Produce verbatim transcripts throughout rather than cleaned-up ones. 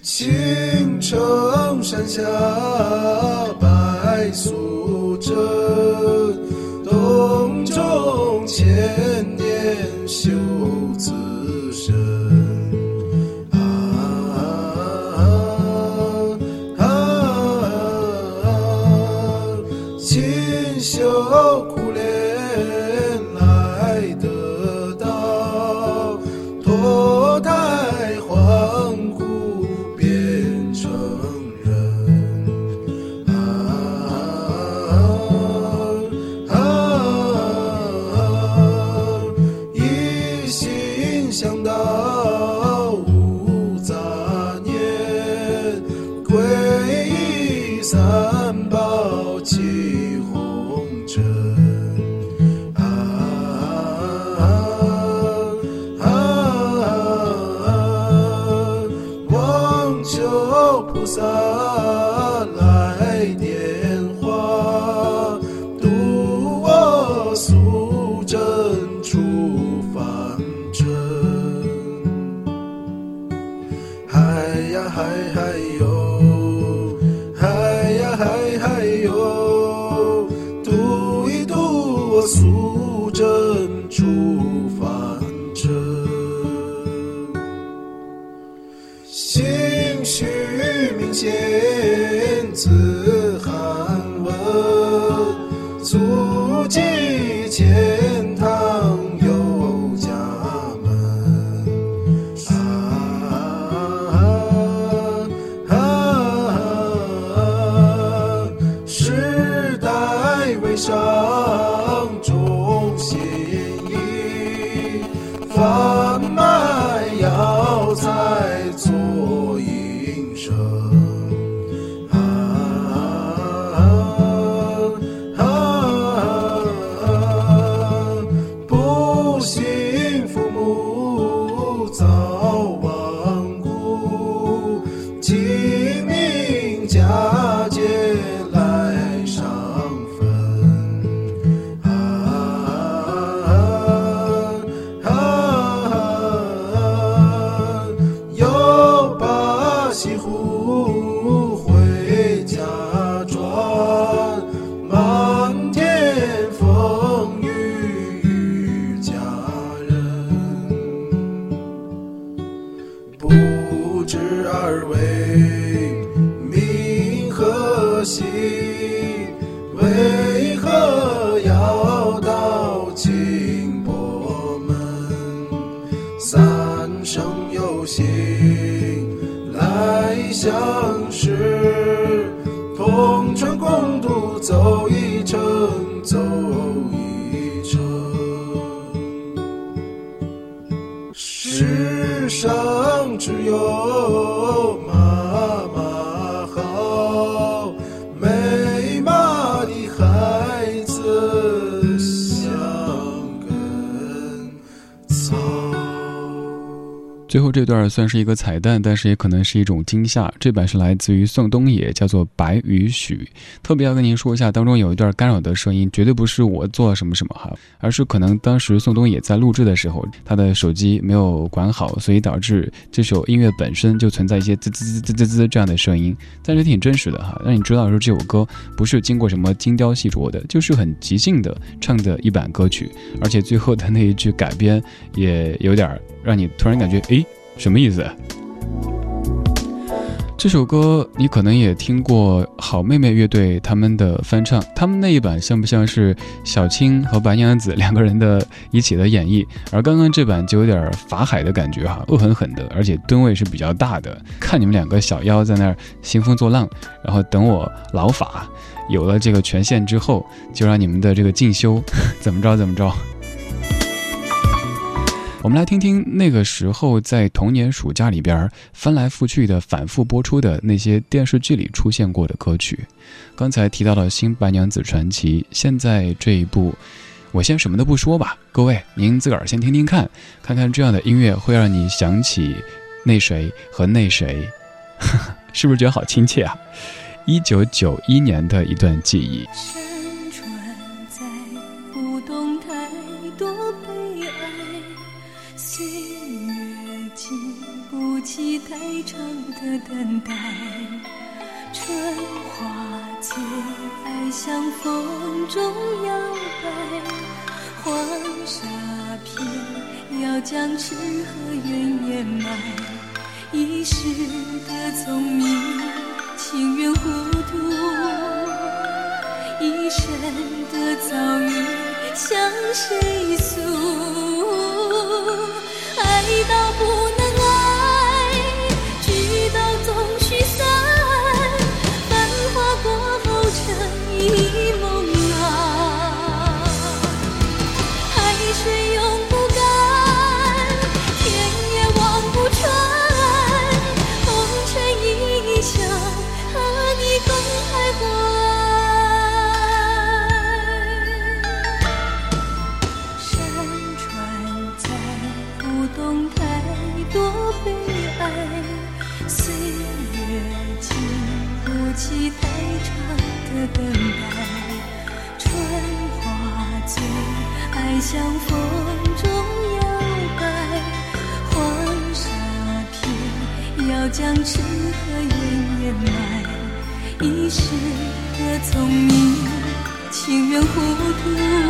青城山下白素贞，洞中千年修此身。啊啊啊！锦绣苦练来得到，脱胎换骨变成人。啊啊啊！一心向道无杂念，皈依三宝起红尘。啊啊啊啊！望求菩萨来点化，度我素贞出凡尘。嗨呀嗨嗨哟，嗨呀嗨嗨哟，度一度我素贞出凡尘。心绪明显自汉文，足迹钱塘有家门。啊啊啊！时代为上重心意，贩卖药材做营生。啊啊啊！不幸父母早亡故，鸡鸣佳节来上坟。啊啊啊！又把西湖回家转，满天风雨与家人。不知二位名和姓，为何要到清波门？三生有幸来相识，同船共度走一程，走一程。世上只有妈妈好，没妈的孩子像根草。 最后这段算是一个彩蛋，但是也可能是一种惊吓。这版是来自于宋冬野，叫做《白与许》。特别要跟您说一下，当中有一段干扰的声音，绝对不是我做了什么什么哈，而是可能当时宋冬野在录制的时候，他的手机没有管好，所以导致这首音乐本身就存在一些滋滋滋滋滋这样的声音，但是挺真实的哈，让你知道说这首歌不是经过什么精雕细琢的，就是很即兴的唱的一版歌曲，而且最后的那一句改编也有点让你突然感觉，诶，什么意思？这首歌你可能也听过好妹妹乐队他们的翻唱，他们那一版像不像是小青和白娘子两个人的一起的演绎？而刚刚这版就有点法海的感觉哈，恶狠狠的，而且吨位是比较大的。看你们两个小妖在那儿兴风作浪，然后等我老法有了这个权限之后，就让你们的这个进修怎么着怎么着。我们来听听那个时候在童年暑假里边翻来覆去的反复播出的那些电视剧里出现过的歌曲。刚才提到了新白娘子传奇，现在这一部我先什么都不说吧，各位您自个儿先听听看，看看这样的音乐会让你想起那谁和那谁是不是觉得好亲切啊？一九九一年的一段记忆。 山川在浮动太多悲哀， 岁月经不起太长的等待，春花最爱向风中摇摆，黄沙片要将痴和怨掩埋，一时的聪明情愿糊涂，一生的遭遇向谁诉？爱到不能爱，聚到总须散，繁华过后成一梦啊。海水永不干，天也望不穿，红尘一笑，和你共徘徊。多悲哀，岁月经不起太长的等待，春花最爱向风中摇摆，黄沙片要将痴和怨掩埋，一时的聪明情愿糊涂，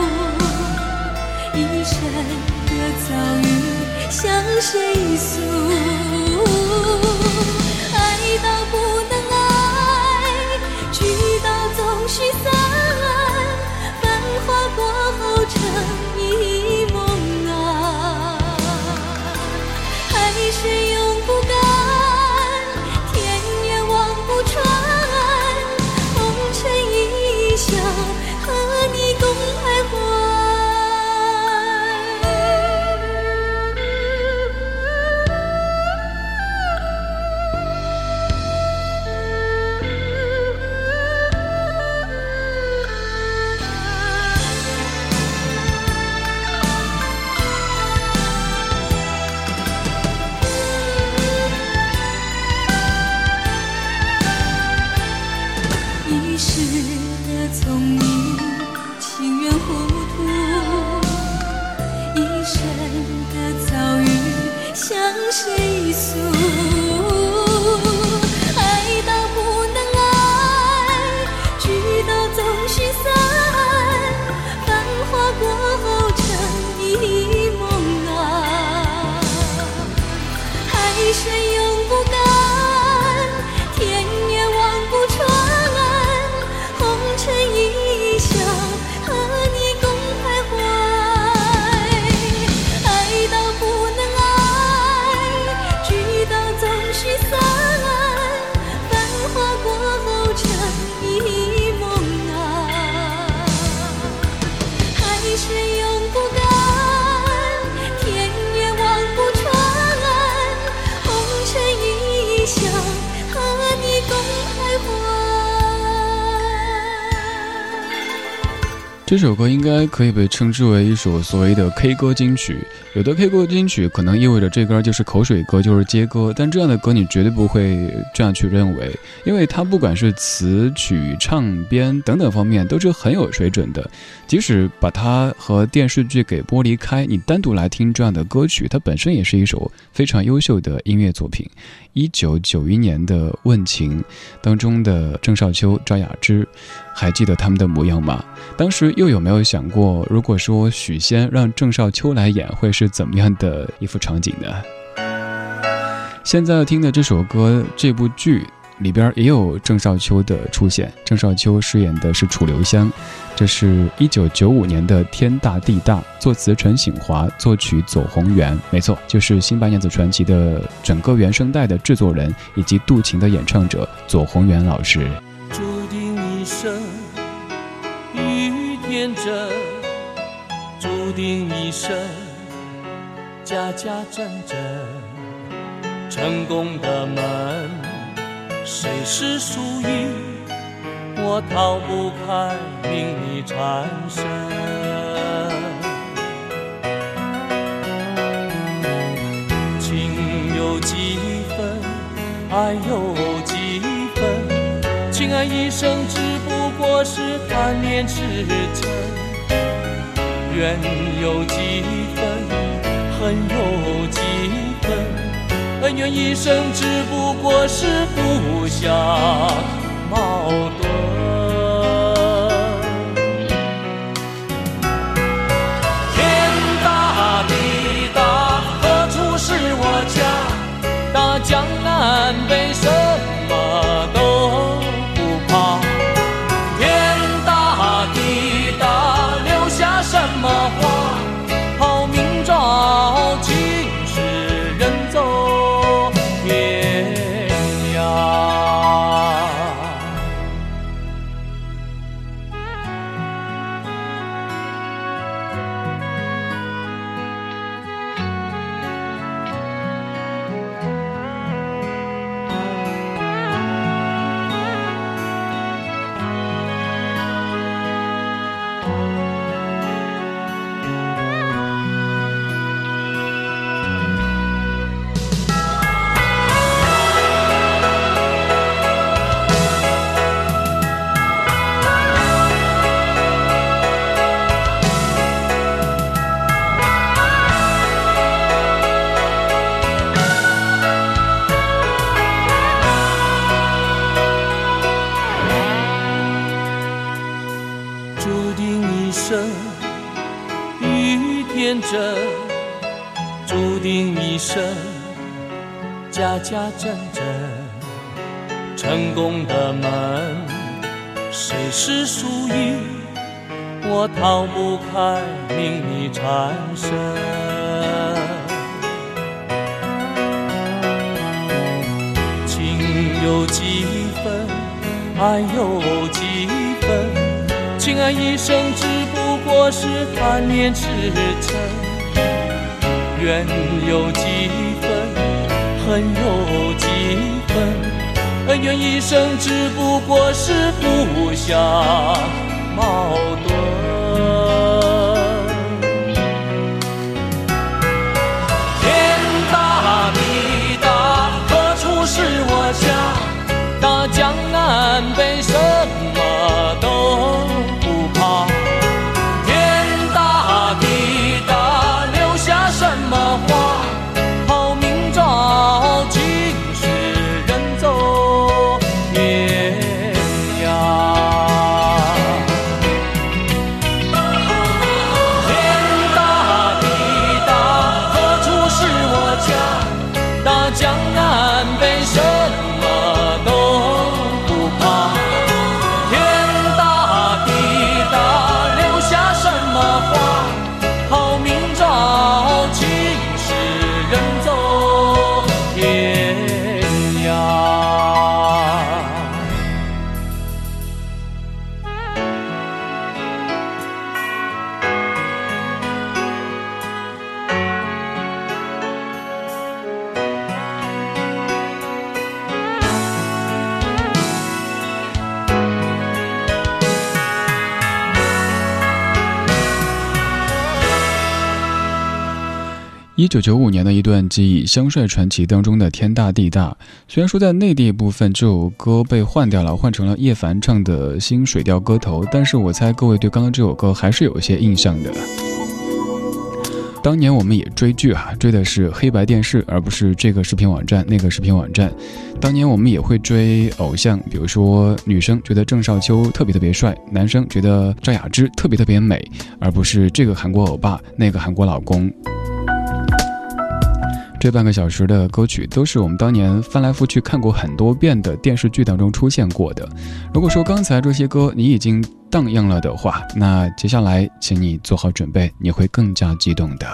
一生的遭遇向谁诉？爱到不能爱，聚到总须散，繁华过后成一梦啊。海水永不干，天也望不穿，红尘一笑，和你共徘徊。一时的聪明情愿糊涂，一生的遭遇向谁诉？爱到不能爱，聚到总须散，繁华过后成一梦啊。海水永不干，天也望不穿，一笑和你共徘徊。爱到不能爱，聚到总须散，繁华过后成一梦啊。海水永不干，天也望不穿，红尘一笑和你共徘徊。 这首歌应该可以被称之为一首所谓的 K 歌金曲，有的 K 歌金曲可能意味着这歌就是口水歌，就是街歌，但这样的歌你绝对不会这样去认为，因为它不管是词曲唱编等等方面都是很有水准的，即使把它和电视剧给剥离开，你单独来听这样的歌曲，它本身也是一首非常优秀的音乐作品。一九九一年的《问情》当中的郑少秋、赵雅芝，还记得他们的模样吗？当时又有没有想过，如果说许仙让郑少秋来演，会是怎么样的一幅场景呢？现在要听的这首歌，这部剧里边也有郑少秋的出现，郑少秋饰演的是楚留香。这是一九九五年的《天大地大》，作词陈醒华，作曲左宏元，没错，就是《新白娘子传奇》的整个原声带的制作人以及渡情的演唱者左宏元老师。 注定一生遇天真，注定一生家家阵阵，成功的门谁是输赢，我逃不开命里缠身。情有几分，爱有几分，情爱一生只不过是贪恋痴嗔。缘有几分， 很有几分，恩怨一生只不过是互相矛盾。天大地大，何处是我家？大江南北什么都不怕。天大地大，留下什么话？好明朝青史人走天涯。注定一生遇天真，注定一生家家阵阵。成功的门，谁是输赢？我逃不开命里缠身。情有几分，爱有几分？情爱一生只不过是贪恋痴嗔，缘有几分，恨有几分，恩怨一生只不过是互相矛盾。天大地大，何处是我家？大江南北什么都不怕。天大地大，留下什么话？好明朝青史人走天涯。天大地大，何处是我家？大江南北什么都不怕。天大地大，留下什么话？好明朝青史人走天涯。 一九九五年的一段记忆，香帅传奇当中的天大地大。虽然说在内地部分这首歌被换掉了，换成了叶凡唱的新水调歌头，但是我猜各位对刚刚这首歌还是有一些印象的。当年我们也追剧啊，追的是黑白电视，而不是这个视频网站那个视频网站。当年我们也会追偶像，比如说女生觉得郑少秋特别特别帅，男生觉得赵雅芝特别特别美，而不是这个韩国欧巴那个韩国老公。这半个小时的歌曲都是我们当年翻来覆去看过很多遍的电视剧当中出现过的。如果说刚才这些歌你已经荡漾了的话，那接下来请你做好准备，你会更加激动的。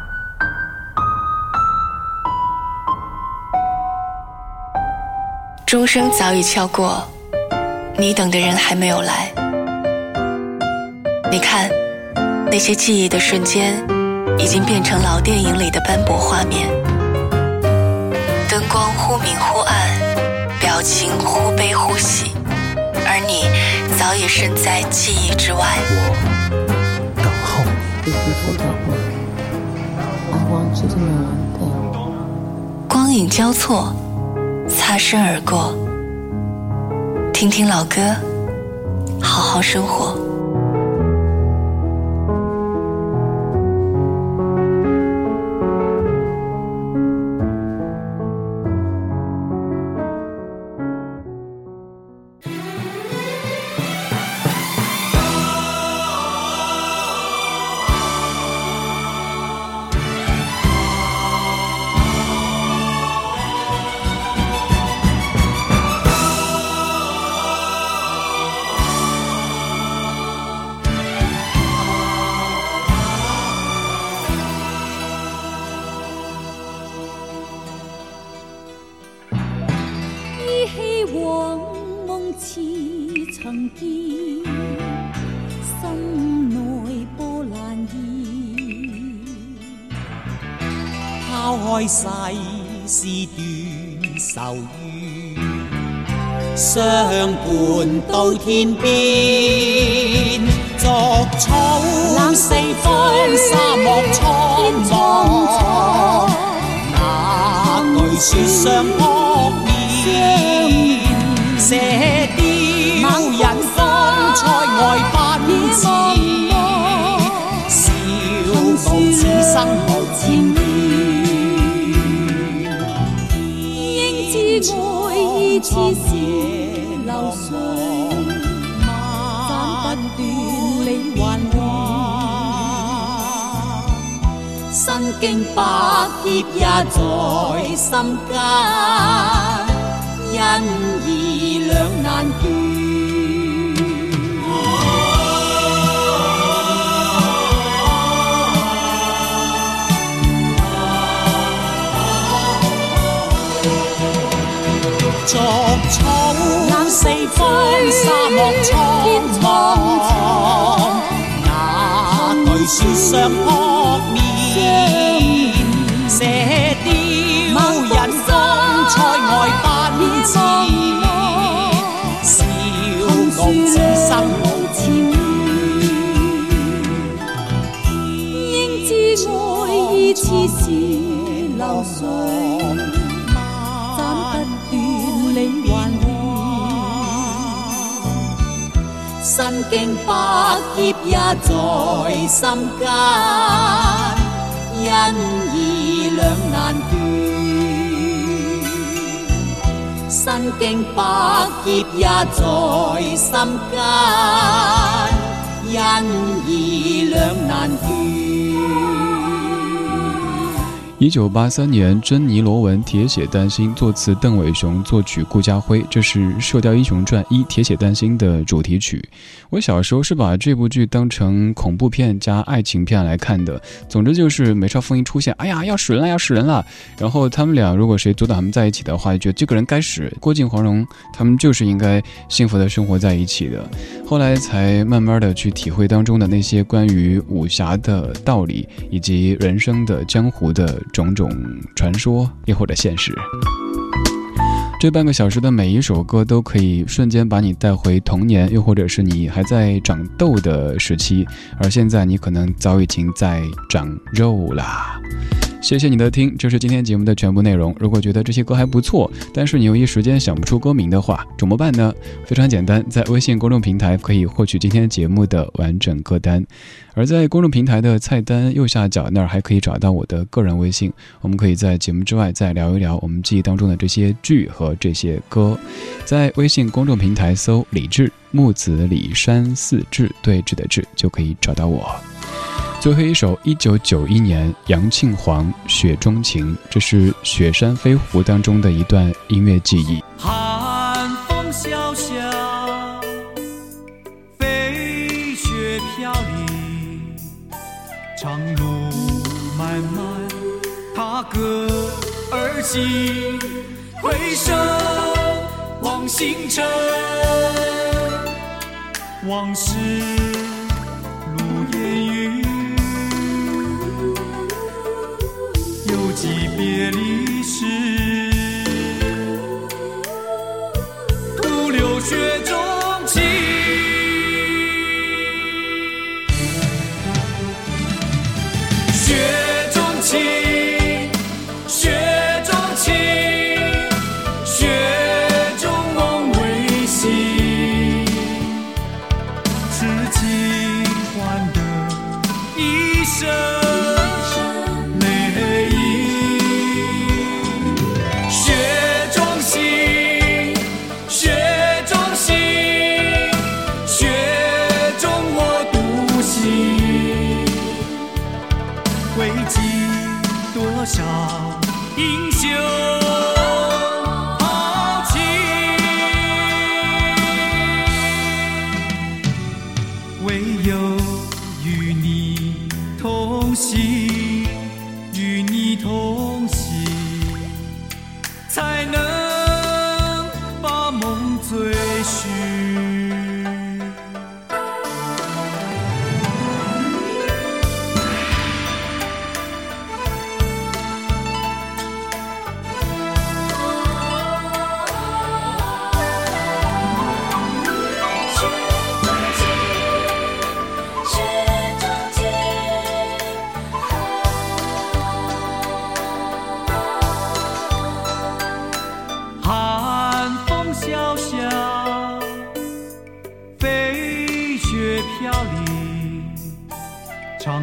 钟声早已敲过，你等的人还没有来。你看，那些记忆的瞬间已经变成老电影里的斑驳画面，灯光忽明忽暗，表情忽悲忽喜，而你早已身在记忆之外。 我等候你。 光影交错，擦身而过，听听老歌，好好生活。 開世事斷愁怨，相伴到天邊，逐草四方沙漠蒼茫，那句說相撲面，射雕引風塞外奔馳，笑傲此生無纏綿， 應知愛意似是流水，斬不斷理還亂， 身經百劫也在心間，因義兩難斷。逐草四方沙漠蒼茫，那句說相撲面，射雕引風塞外奔馳，笑傲此生無纏綿， 應知愛意似是流水，理還亂， 身經百劫也在心間，因義兩難斷。身經百劫也在心間，因義兩難斷。 一九八三年，珍妮罗文铁血丹心，作词邓伟雄，作曲顾嘉辉，这是《射雕英雄传一铁血丹心》的主题曲。我小时候是把这部剧当成恐怖片加爱情片来看的。总之就是梅超风一出现，哎呀，要死人了，要死人了！然后他们俩如果谁阻挡他们在一起的话，就觉得这个人该死。郭靖、黄蓉他们就是应该幸福的生活在一起的。后来才慢慢的去体会当中的那些关于武侠的道理，以及人生的江湖的种种传说，亦或者现实。这半个小时的每一首歌都可以瞬间把你带回童年，又或者是你还在长痘的时期，而现在你可能早已经在长肉啦。谢谢你的听，这是今天节目的全部内容。如果觉得这些歌还不错，但是你又一时间想不出歌名的话，怎么办呢？非常简单，在微信公众平台可以获取今天节目的完整歌单，而在公众平台的菜单右下角那儿还可以找到我的个人微信，我们可以在节目之外再聊一聊我们记忆当中的这些剧和这些歌。在微信公众平台搜李志，木子李山四志，对峙的志，就可以找到我。最后一首一九九一年杨庆煌《雪中情》，这是《雪山飞狐》当中的一段音乐记忆。 寒风萧萧，飞雪飘零，长路漫漫，踏歌而行，回首望星辰，往事如烟云，犹记别离时，徒留雪中情。雪中情，雪中情，雪中梦未醒，痴情换得一生泪影。雪中行，雪中行，雪中我独行，汇集多少英雄豪情，唯有与你同行，与你同行，才能把梦追寻。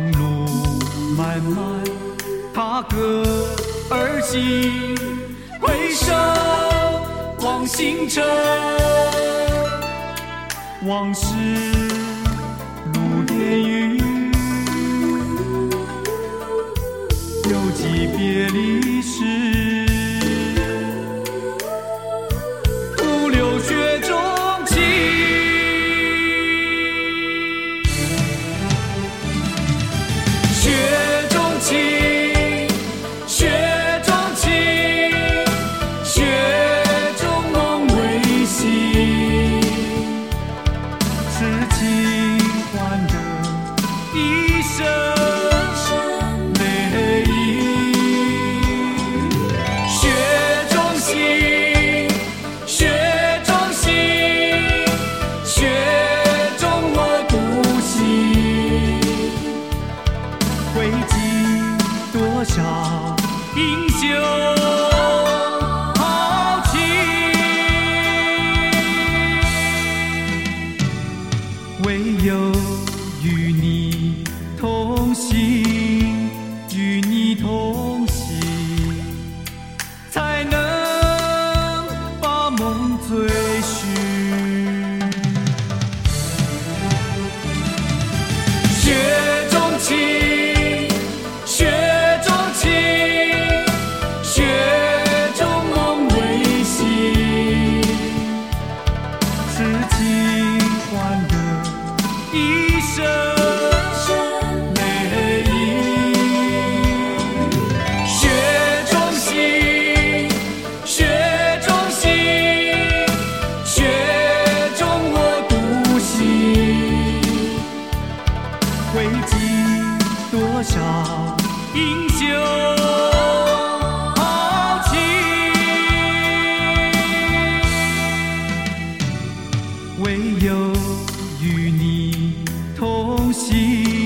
路漫漫，踏歌而行，回首望星辰，往事如烟云，犹记别离时，徒留雪中情。雪中情，雪中情，雪中梦未醒，痴情换得一生泪影。雪中行，雪中行，雪中我独行，汇集多少英雄豪情，唯有与你同行，与你同行，才能把梦追寻。雪中情，雪中情，雪中梦未醒，痴情换得一生泪影。雪中行，雪中行，雪中我独行，汇集多少英雄豪情，唯有与你同行。